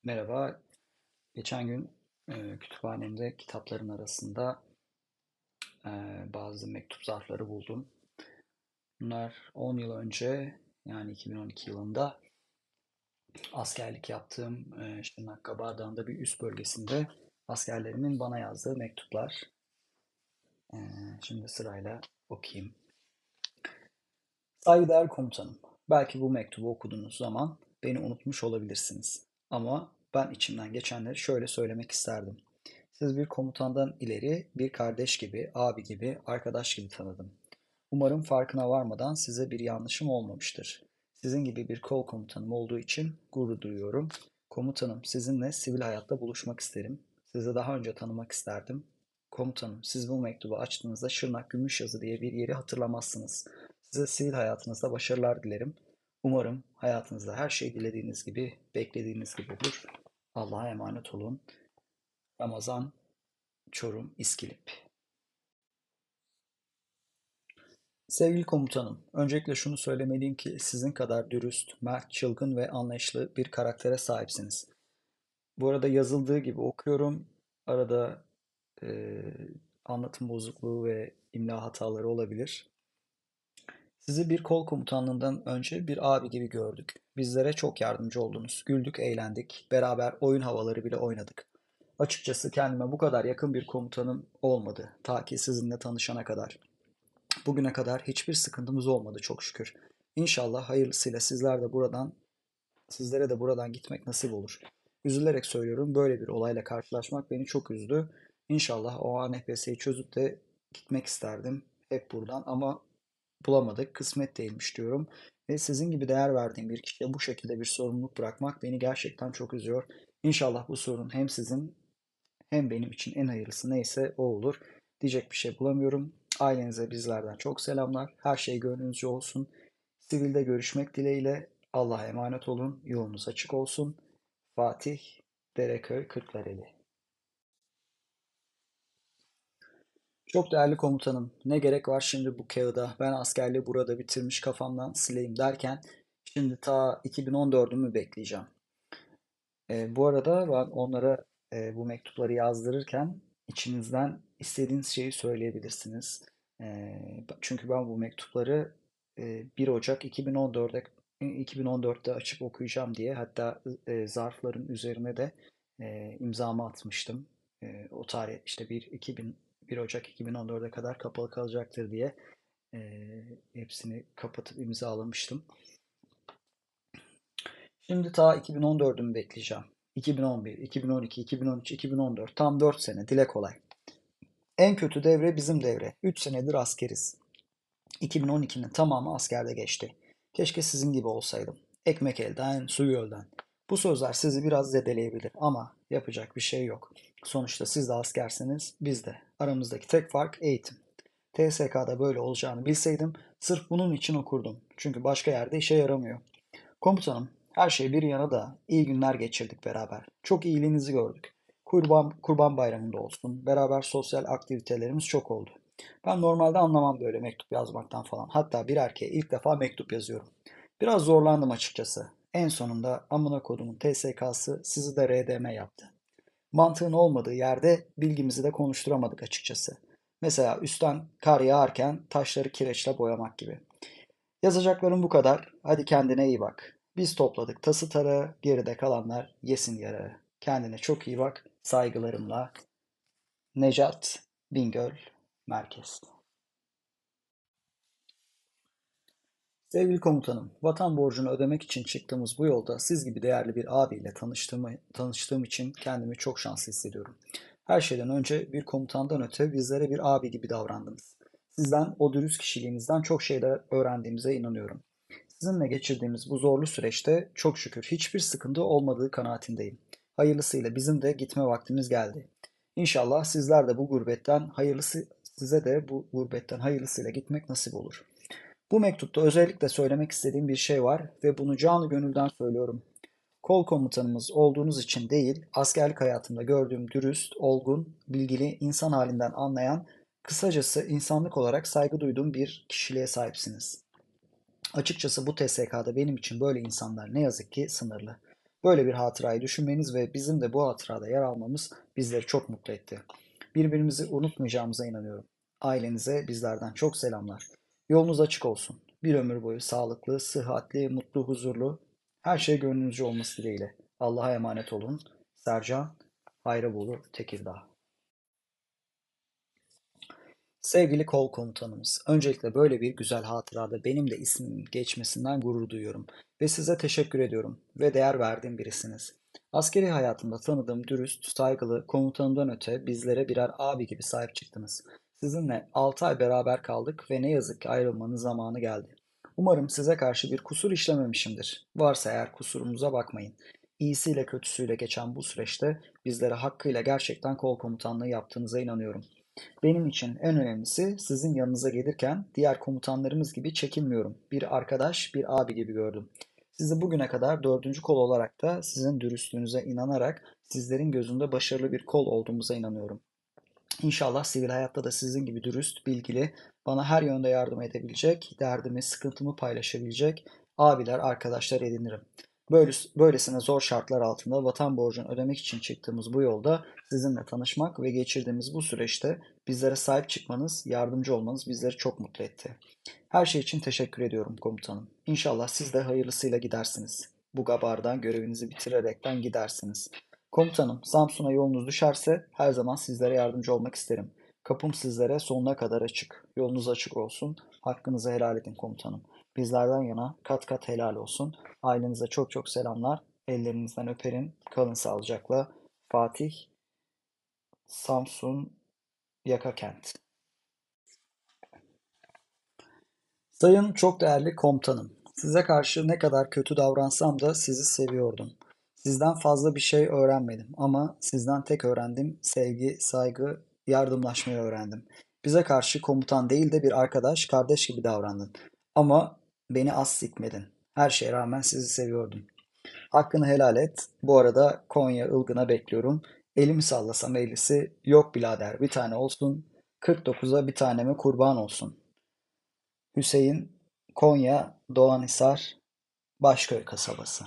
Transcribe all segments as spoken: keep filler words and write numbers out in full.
Merhaba. Geçen gün e, kütüphanemde kitapların arasında e, bazı mektup zarfları buldum. Bunlar on yıl önce yani iki bin on iki yılında askerlik yaptığım e, Şırnak Bardağı'nda bir üst bölgesinde askerlerimin bana yazdığı mektuplar. E, Şimdi sırayla okuyayım. Saygıdeğer komutanım, belki bu mektubu okuduğunuz zaman beni unutmuş olabilirsiniz. Ama ben içimden geçenleri şöyle söylemek isterdim. Siz bir komutandan ileri bir kardeş gibi, abi gibi, arkadaş gibi tanıdım. Umarım farkına varmadan size bir yanlışım olmamıştır. Sizin gibi bir kol komutanım olduğu için gurur duyuyorum. Komutanım, sizinle sivil hayatta buluşmak isterim. Sizi daha önce tanımak isterdim. Komutanım, siz bu mektubu açtığınızda Şırnak Gümüşyazı diye bir yeri hatırlamazsınız. Size sivil hayatınızda başarılar dilerim. Umarım hayatınızda her şey dilediğiniz gibi, beklediğiniz gibi olur. Allah'a emanet olun. Ramazan Çorum İskilip. Sevgili komutanım, öncelikle şunu söylemeliyim ki sizin kadar dürüst, mert, çılgın ve anlayışlı bir karaktere sahipsiniz. Bu arada yazıldığı gibi okuyorum. Arada eee, anlatım bozukluğu ve imla hataları olabilir. Sizi bir kol komutanlığından önce bir abi gibi gördük. Bizlere çok yardımcı oldunuz. Güldük, eğlendik. Beraber oyun havaları bile oynadık. Açıkçası kendime bu kadar yakın bir komutanım olmadı. Ta ki sizinle tanışana kadar. Bugüne kadar hiçbir sıkıntımız olmadı çok şükür. İnşallah hayırlısıyla sizler de buradan, sizlere de buradan gitmek nasip olur. Üzülerek söylüyorum, böyle bir olayla karşılaşmak beni çok üzdü. İnşallah o A N P S'yi çözüp de gitmek isterdim hep buradan ama bulamadık, kısmet değilmiş diyorum. Ve sizin gibi değer verdiğim bir kişiye bu şekilde bir sorumluluk bırakmak beni gerçekten çok üzüyor. İnşallah bu sorun hem sizin hem benim için en hayırlısı neyse o olur. Diyecek bir şey bulamıyorum. Ailenize bizlerden çok selamlar. Her şey gönlünüzce olsun. Sivilde görüşmek dileğiyle. Allah'a emanet olun. Yolunuz açık olsun. Fatih Dereköy Kırklareli. Çok değerli komutanım, ne gerek var şimdi bu kağıda? Ben askerliği burada bitirmiş kafamdan sileyim derken şimdi ta iki bin on dördümü bekleyeceğim. E, bu arada ben onlara e, bu mektupları yazdırırken içinizden istediğiniz şeyi söyleyebilirsiniz. E, Çünkü ben bu mektupları e, bir Ocak iki bin on dörde iki bin on dörtte açıp okuyacağım diye hatta e, zarfların üzerine de e, imzamı atmıştım. E, o tarih işte bir, iki bin, bir Ocak iki bin on dörde kadar kapalı kalacaktır diye e, hepsini kapatıp imzalamıştım. Şimdi ta iki bin on dördümü bekleyeceğim. iki bin on bir, iki bin on iki, iki bin on üç, iki bin on dört tam dört sene dile kolay. En kötü devre bizim devre. üç senedir askeriz. iki bin on ikinin tamamı askerde geçti. Keşke sizin gibi olsaydım. Ekmek elden, su gölden. Bu sözler sizi biraz zedeleyebilir ama yapacak bir şey yok. Sonuçta siz de askersiniz, biz de. Aramızdaki tek fark eğitim. T S K'da böyle olacağını bilseydim sırf bunun için okurdum. Çünkü başka yerde işe yaramıyor. Komutanım, her şey bir yana da iyi günler geçirdik beraber. Çok iyiliğinizi gördük. Kurban, Kurban Bayramı'nda olsun, beraber sosyal aktivitelerimiz çok oldu. Ben normalde anlamam böyle mektup yazmaktan falan. Hatta bir erkeğe ilk defa mektup yazıyorum. Biraz zorlandım açıkçası. En sonunda amına kodumun T S K'sı sizi de R D M yaptı. Mantığın olmadığı yerde bilgimizi de konuşturamadık açıkçası. Mesela üstten kar yağarken taşları kireçle boyamak gibi. Yazacaklarım bu kadar. Hadi kendine iyi bak. Biz topladık tası tarağı, geride kalanlar yesin yarağı. Kendine çok iyi bak. Saygılarımla Necat Bingöl Merkez. Sevgili komutanım, vatan borcunu ödemek için çıktığımız bu yolda siz gibi değerli bir abiyle tanıştığımı, tanıştığım için kendimi çok şanslı hissediyorum. Her şeyden önce bir komutandan öte bizlere bir abi gibi davrandınız. Sizden, o dürüst kişiliğinizden çok şeyler öğrendiğimize inanıyorum. Sizinle geçirdiğimiz bu zorlu süreçte çok şükür hiçbir sıkıntı olmadığı kanaatindeyim. Hayırlısıyla bizim de gitme vaktimiz geldi. İnşallah sizler de bu gurbetten hayırlısı size de bu gurbetten hayırlısıyla gitmek nasip olur. Bu mektupta özellikle söylemek istediğim bir şey var ve bunu canı gönülden söylüyorum. Kol komutanımız olduğunuz için değil, askerlik hayatımda gördüğüm dürüst, olgun, bilgili, insan halinden anlayan, kısacası insanlık olarak saygı duyduğum bir kişiliğe sahipsiniz. Açıkçası bu T S K'da benim için böyle insanlar ne yazık ki sınırlı. Böyle bir hatırayı düşünmeniz ve bizim de bu hatırada yer almamız bizleri çok mutlu etti. Birbirimizi unutmayacağımıza inanıyorum. Ailenize bizlerden çok selamlar. Yolunuz açık olsun. Bir ömür boyu sağlıklı, sıhhatli, mutlu, huzurlu, her şey gönlünüzce olması dileğiyle. Allah'a emanet olun. Sercan Hayrabolu, Tekirdağ. Sevgili kol komutanımız, öncelikle böyle bir güzel hatırada benim de ismimin geçmesinden gurur duyuyorum ve size teşekkür ediyorum ve değer verdiğim birisiniz. Askeri hayatımda tanıdığım dürüst, saygılı komutanımdan öte bizlere birer abi gibi sahip çıktınız. Sizinle altı ay beraber kaldık ve ne yazık ki ayrılmanın zamanı geldi. Umarım size karşı bir kusur işlememişimdir. Varsa eğer kusurumuza bakmayın. İyisiyle kötüsüyle geçen bu süreçte bizlere hakkıyla gerçekten kol komutanlığı yaptığınıza inanıyorum. Benim için en önemlisi sizin yanınıza gelirken diğer komutanlarımız gibi çekinmiyorum. Bir arkadaş, bir abi gibi gördüm. Sizi bugüne kadar dördüncü kol olarak da sizin dürüstlüğünüze inanarak sizlerin gözünde başarılı bir kol olduğumuza inanıyorum. İnşallah sivil hayatta da sizin gibi dürüst, bilgili, bana her yönde yardım edebilecek, derdimi, sıkıntımı paylaşabilecek abiler, arkadaşlar edinirim. Böyles- Böylesine zor şartlar altında vatan borcunu ödemek için çıktığımız bu yolda sizinle tanışmak ve geçirdiğimiz bu süreçte bizlere sahip çıkmanız, yardımcı olmanız bizleri çok mutlu etti. Her şey için teşekkür ediyorum komutanım. İnşallah siz de hayırlısıyla gidersiniz. Bu gabardan görevinizi bitirerekten gidersiniz. Komutanım, Samsun'a yolunuz düşerse her zaman sizlere yardımcı olmak isterim. Kapım sizlere sonuna kadar açık. Yolunuz açık olsun. Hakkınızı helal edin komutanım. Bizlerden yana kat kat helal olsun. Ailenize çok çok selamlar. Ellerinizden öperim. Kalın sağlıcakla. Fatih, Samsun, Yakakent. Sayın çok değerli komutanım, size karşı ne kadar kötü davransam da sizi seviyordum. Sizden fazla bir şey öğrenmedim ama sizden tek öğrendim sevgi, saygı, yardımlaşmayı öğrendim. Bize karşı komutan değil de bir arkadaş, kardeş gibi davrandın. Ama beni az sikmedin. Her şeye rağmen sizi seviyordum. Hakkını helal et. Bu arada Konya Ilgın'a bekliyorum. Elimi sallasam ellisi, yok birader bir tane olsun. kırk dokuza bir taneme kurban olsun. Hüseyin, Konya, Doğanhisar, Başköy kasabası.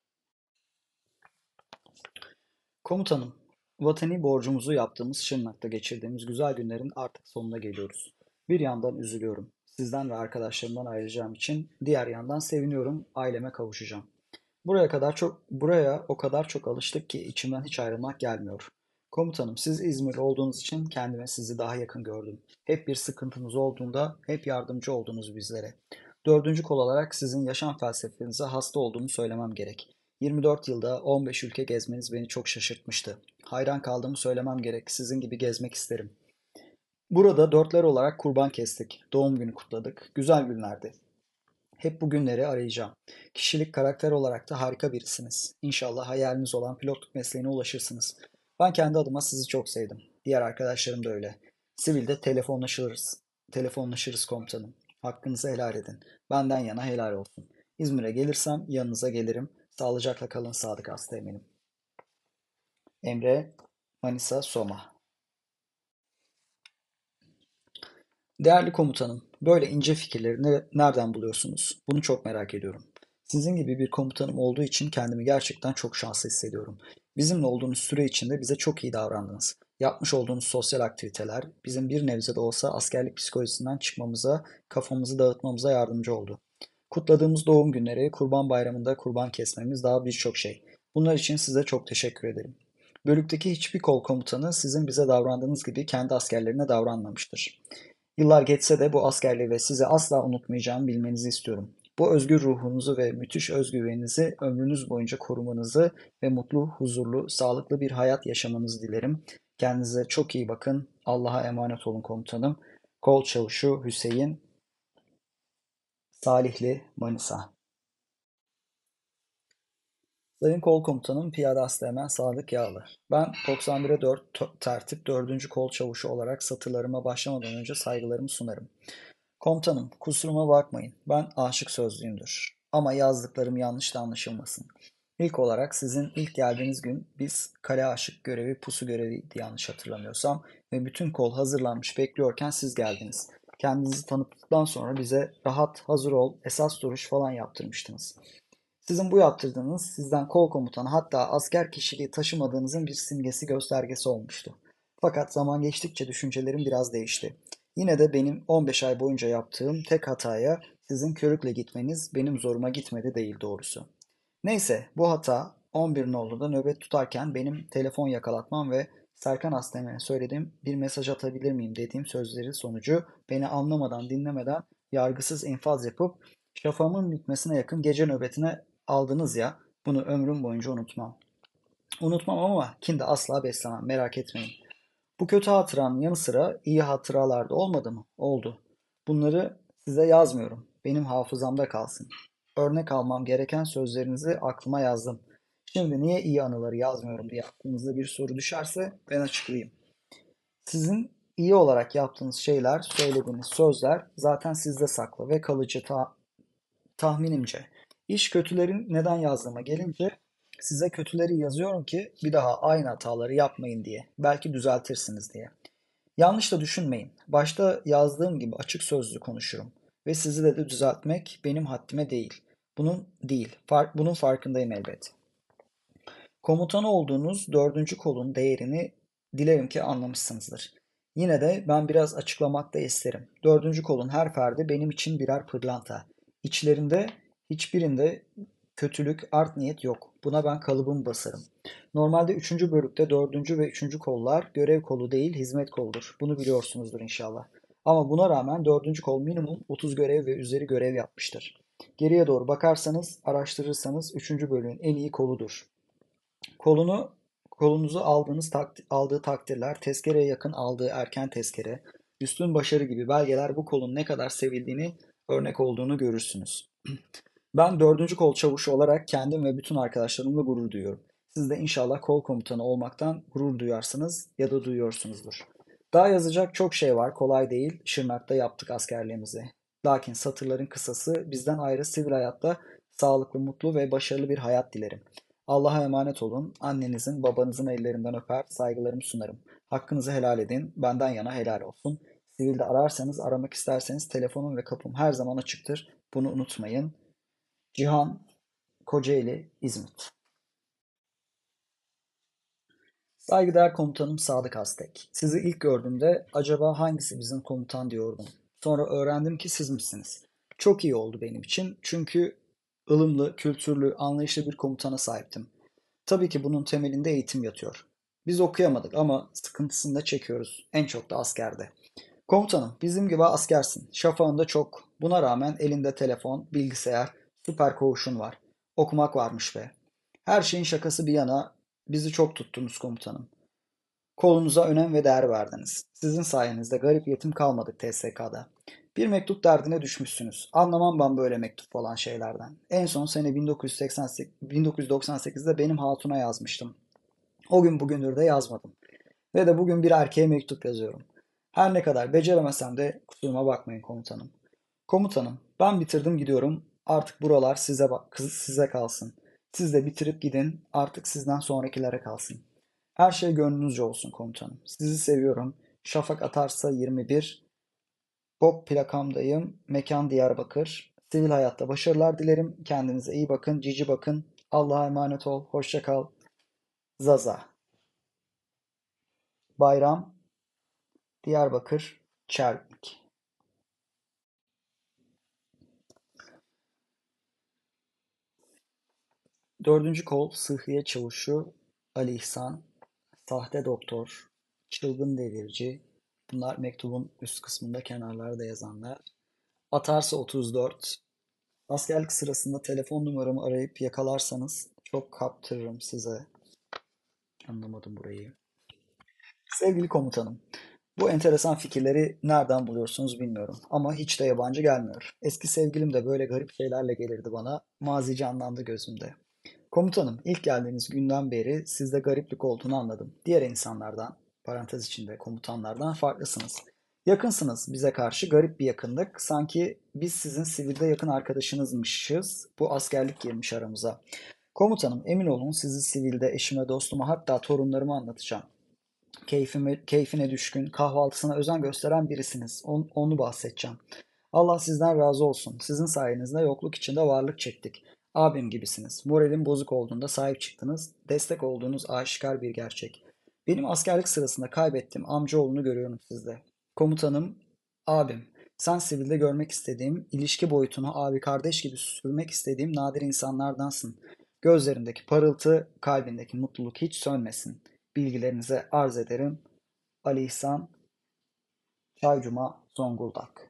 Komutanım, vatani borcumuzu yaptığımız Şırnak'ta geçirdiğimiz güzel günlerin artık sonuna geliyoruz. Bir yandan üzülüyorum. Sizden ve arkadaşlarımdan ayrılacağım için, diğer yandan seviniyorum, aileme kavuşacağım. Buraya kadar çok buraya o kadar çok alıştık ki içimden hiç ayrılmak gelmiyor. Komutanım, siz İzmirli olduğunuz için kendime sizi daha yakın gördüm. Hep bir sıkıntımız olduğunda hep yardımcı oldunuz bizlere. Dördüncü kol olarak sizin yaşam felsefenize hasta olduğumu söylemem gerek. yirmi dört yılda on beş ülke gezmeniz beni çok şaşırtmıştı. Hayran kaldığımı söylemem gerek. Sizin gibi gezmek isterim. Burada dörtler olarak kurban kestik. Doğum günü kutladık. Güzel günlerdi. Hep bu günleri arayacağım. Kişilik, karakter olarak da harika birisiniz. İnşallah hayaliniz olan pilotluk mesleğine ulaşırsınız. Ben kendi adıma sizi çok sevdim. Diğer arkadaşlarım da öyle. Sivilde telefonlaşırız. Telefonlaşırız komutanım. Hakkınızı helal edin. Benden yana helal olsun. İzmir'e gelirsem yanınıza gelirim. Sağlıcakla kalın Sadık Hastayeminim. Emre, Manisa, Soma. Değerli komutanım, böyle ince fikirleri ne- nereden buluyorsunuz? Bunu çok merak ediyorum. Sizin gibi bir komutanım olduğu için kendimi gerçekten çok şanslı hissediyorum. Bizimle olduğunuz süre içinde bize çok iyi davrandınız. Yapmış olduğunuz sosyal aktiviteler bizim bir nebze de olsa askerlik psikolojisinden çıkmamıza, kafamızı dağıtmamıza yardımcı oldu. Kutladığımız doğum günleri, Kurban Bayramı'nda kurban kesmemiz daha birçok şey. Bunlar için size çok teşekkür ederim. Bölükteki hiçbir kol komutanı sizin bize davrandığınız gibi kendi askerlerine davranmamıştır. Yıllar geçse de bu askerliği ve sizi asla unutmayacağımı bilmenizi istiyorum. Bu özgür ruhunuzu ve müthiş özgüveninizi ömrünüz boyunca korumanızı ve mutlu, huzurlu, sağlıklı bir hayat yaşamanızı dilerim. Kendinize çok iyi bakın. Allah'a emanet olun komutanım. Kol Çavuşu Hüseyin Salihli, Manisa. Sayın Kol Komutanım Piyade Asteğmen Sadık Yağlı. Ben doksan bire dört tertip dördüncü Kol Çavuşu olarak satırlarıma başlamadan önce saygılarımı sunarım. Komutanım, kusuruma bakmayın. Ben aşık sözlüyümdür. Ama yazdıklarım yanlış da anlaşılmasın. İlk olarak sizin ilk geldiğiniz gün biz kale aşık görevi, pusu göreviydi yanlış hatırlamıyorsam ve bütün kol hazırlanmış bekliyorken siz geldiniz. Kendinizi tanıttıktan sonra bize rahat, hazır ol, esas duruş falan yaptırmıştınız. Sizin bu yaptırdığınız sizden kol komutanı hatta asker kişiliği taşımadığınızın bir simgesi göstergesi olmuştu. Fakat zaman geçtikçe düşüncelerim biraz değişti. Yine de benim on beş ay boyunca yaptığım tek hataya sizin körükle gitmeniz benim zoruma gitmedi değil doğrusu. Neyse bu hata on bir nolu'da nöbet tutarken benim telefon yakalatmam ve Serkan Aslemen'e söylediğim bir mesaj atabilir miyim dediğim sözleri sonucu beni anlamadan dinlemeden yargısız infaz yapıp şafağımın bitmesine yakın gece nöbetine aldınız ya, bunu ömrüm boyunca unutmam. Unutmam ama kin de asla beslemem, merak etmeyin. Bu kötü hatıranın yanı sıra iyi hatıralar da olmadı mı? Oldu. Bunları size yazmıyorum. Benim hafızamda kalsın. Örnek almam gereken sözlerinizi aklıma yazdım. Şimdi niye iyi anıları yazmıyorum diye aklınıza bir soru düşerse ben açıklayayım. Sizin iyi olarak yaptığınız şeyler, söylediğiniz sözler zaten sizde saklı ve kalıcı ta tahminimce. İş kötülerin neden yazdığıma gelince size kötüleri yazıyorum ki bir daha aynı hataları yapmayın diye. Belki düzeltirsiniz diye. Yanlış da düşünmeyin. Başta yazdığım gibi açık sözlü konuşurum. Ve sizi de, de düzeltmek benim haddime değil. Bunun değil. Fark, bunun farkındayım elbet. Komutanı olduğunuz dördüncü kolun değerini dilerim ki anlamışsınızdır. Yine de ben biraz açıklamak da isterim. Dördüncü kolun her ferdi benim için birer pırlanta. İçlerinde hiçbirinde kötülük, art niyet yok. Buna ben kalıbımı basarım. Normalde üçüncü bölükte dördüncü ve üçüncü kollar görev kolu değil hizmet koludur. Bunu biliyorsunuzdur inşallah. Ama buna rağmen dördüncü kol minimum otuz görev ve üzeri görev yapmıştır. Geriye doğru bakarsanız, araştırırsanız üçüncü bölüğün en iyi koludur. Kolunu kolunuzu aldığınız takdi- aldığı takdirler, tezkereye yakın aldığı erken tezkere, üstün başarı gibi belgeler bu kolun ne kadar sevildiğini örnek olduğunu görürsünüz. Ben dördüncü kol çavuşu olarak kendim ve bütün arkadaşlarımla gurur duyuyorum. Siz de inşallah kol komutanı olmaktan gurur duyarsınız ya da duyuyorsunuzdur. Daha yazacak çok şey var, kolay değil. Şırnak'ta yaptık askerliğimizi. Lakin satırların kısası bizden ayrı sivil hayatta sağlıklı, mutlu ve başarılı bir hayat dilerim. Allah'a emanet olun. Annenizin, babanızın ellerinden öper, saygılarımı sunarım. Hakkınızı helal edin. Benden yana helal olsun. Sivilde ararsanız, aramak isterseniz telefonum ve kapım her zaman açıktır. Bunu unutmayın. Cihan, Kocaeli, İzmit. Saygıdeğer komutanım Sadık Aztek. Sizi ilk gördüğümde acaba hangisi bizim komutan diyordum. Sonra öğrendim ki sizmişsiniz. Çok iyi oldu benim için çünkü ılımlı, kültürlü, anlayışlı bir komutana sahiptim. Tabii ki bunun temelinde eğitim yatıyor. Biz okuyamadık ama sıkıntısını da çekiyoruz. En çok da askerde. Komutanım, bizim gibi askersin. Şafağında çok. Buna rağmen elinde telefon, bilgisayar, süper koğuşun var. Okumak varmış be. Her şeyin şakası bir yana bizi çok tuttunuz komutanım. Kolunuza önem ve değer verdiniz. Sizin sayenizde garip yetim kalmadık T S K'da. Bir mektup derdine düşmüşsünüz. Anlamam ben böyle mektup falan şeylerden. En son sene bin dokuz yüz seksen sekiz, bin dokuz yüz doksan sekizde benim hatuna yazmıştım. O gün bugündür de yazmadım. Ve de bugün bir erkeğe mektup yazıyorum. Her ne kadar beceremesem de kusuruma bakmayın komutanım. Komutanım, ben bitirdim gidiyorum. Artık buralar size bak size kalsın. Siz de bitirip gidin. Artık sizden sonrakilere kalsın. Her şey gönlünüzce olsun komutanım. Sizi seviyorum. Şafak atarsa yirmi bir. Bob plakamdayım. Mekan Diyarbakır. Sivil hayatta başarılar dilerim. Kendinize iyi bakın. Cici bakın. Allah'a emanet ol. Hoşça kal. Zaza. Bayram. Diyarbakır. Çermik. Dördüncü kol Sıhhiye Çavuşu Ali İhsan, Sahte Doktor, Çılgın Delirci. Bunlar mektubun üst kısmında kenarlarda yazanlar. Atarsa otuz dört. Askerlik sırasında telefon numaramı arayıp yakalarsanız çok kaptırırım size. Anlamadım burayı. Sevgili komutanım, bu enteresan fikirleri nereden buluyorsunuz bilmiyorum ama hiç de yabancı gelmiyor. Eski sevgilim de böyle garip şeylerle gelirdi bana. Mazi canlandı gözümde. Komutanım, ilk geldiğiniz günden beri sizde gariplik olduğunu anladım. Diğer insanlardan, parantez içinde komutanlardan farklısınız. Yakınsınız bize karşı garip bir yakınlık. Sanki biz sizin sivilde yakın arkadaşınızmışız. Bu askerlik girmiş aramıza. Komutanım, emin olun sizi sivilde eşime, dostuma hatta torunlarıma anlatacağım. Keyfime, keyfine düşkün, kahvaltısına özen gösteren birisiniz. On- onu bahsedeceğim. Allah sizden razı olsun. Sizin sayenizde yokluk içinde varlık çektik. Abim gibisiniz. Moralim bozuk olduğunda sahip çıktınız. Destek olduğunuz aşikar bir gerçek. Benim askerlik sırasında kaybettiğim amcaoğlunu görüyorum sizde. Komutanım, abim. Sen sivilde görmek istediğim, ilişki boyutunu abi kardeş gibi sürmek istediğim nadir insanlardansın. Gözlerindeki parıltı, kalbindeki mutluluk hiç sönmesin. Bilgilerinize arz ederim. Ali İhsan Çaycuma, Zonguldak.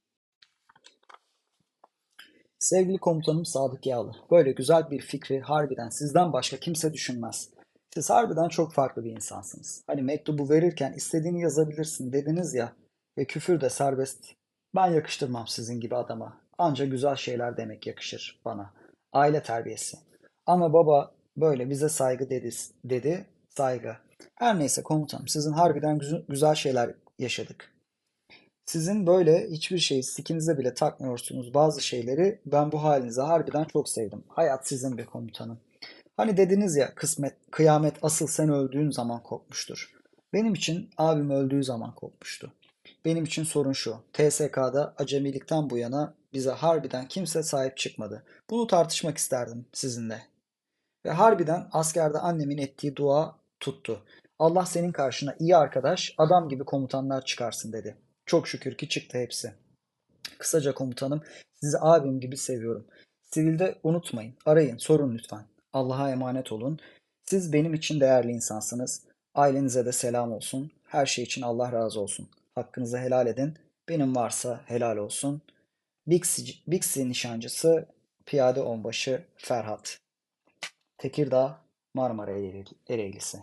Sevgili komutanım Sadık Yağlı, böyle güzel bir fikri harbiden sizden başka kimse düşünmez. Siz harbiden çok farklı bir insansınız. Hani mektubu verirken istediğini yazabilirsin dediniz ya ve küfür de serbest. Ben yakıştırmam sizin gibi adama. Anca güzel şeyler demek yakışır bana. Aile terbiyesi. Ama baba böyle bize saygı dedi, dedi saygı. Her neyse komutanım sizin harbiden güzel, güzel şeyler yaşadık. Sizin böyle hiçbir şeyi sikinize bile takmıyorsunuz bazı şeyleri. Ben bu halinize harbiden çok sevdim. Hayat sizin bir komutanım. Hani dediniz ya kısmet, kıyamet asıl sen öldüğün zaman kopmuştur. Benim için abim öldüğü zaman kopmuştu. Benim için sorun şu. T S K'da acemilikten bu yana bize harbiden kimse sahip çıkmadı. Bunu tartışmak isterdim sizinle. Ve harbiden askerde annemin ettiği dua tuttu. Allah senin karşına iyi arkadaş, adam gibi komutanlar çıkarsın dedi. Çok şükür ki çıktı hepsi. Kısaca komutanım, sizi abim gibi seviyorum. Sivilde unutmayın, arayın, sorun lütfen. Allah'a emanet olun. Siz benim için değerli insansınız. Ailenize de selam olsun. Her şey için Allah razı olsun. Hakkınızı helal edin. Benim varsa helal olsun. Bixi, Bixi nişancısı, Piyade Onbaşı Ferhat. Tekirdağ, Marmara Ereğlisi.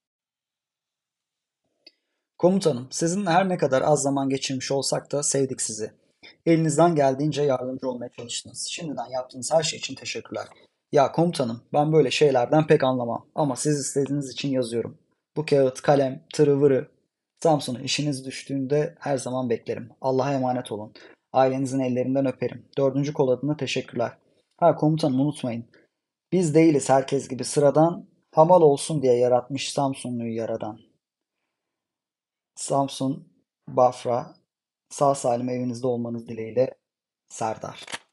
Komutanım, sizinle her ne kadar az zaman geçirmiş olsak da sevdik sizi. Elinizden geldiğince yardımcı olmaya çalıştınız. Şimdiden yaptığınız her şey için teşekkürler. Ya komutanım, ben böyle şeylerden pek anlamam ama siz istediğiniz için yazıyorum. Bu kağıt, kalem, tırı vırı. Samsun'a işiniz düştüğünde her zaman beklerim. Allah'a emanet olun. Ailenizin ellerinden öperim. Dördüncü kol adına teşekkürler. Ha komutanım unutmayın. Biz değiliz herkes gibi sıradan, hamal olsun diye yaratmış Samsunlu'yu yaradan. Samsun, Bafra, sağ salim evinizde olmanız dileğiyle Serdar.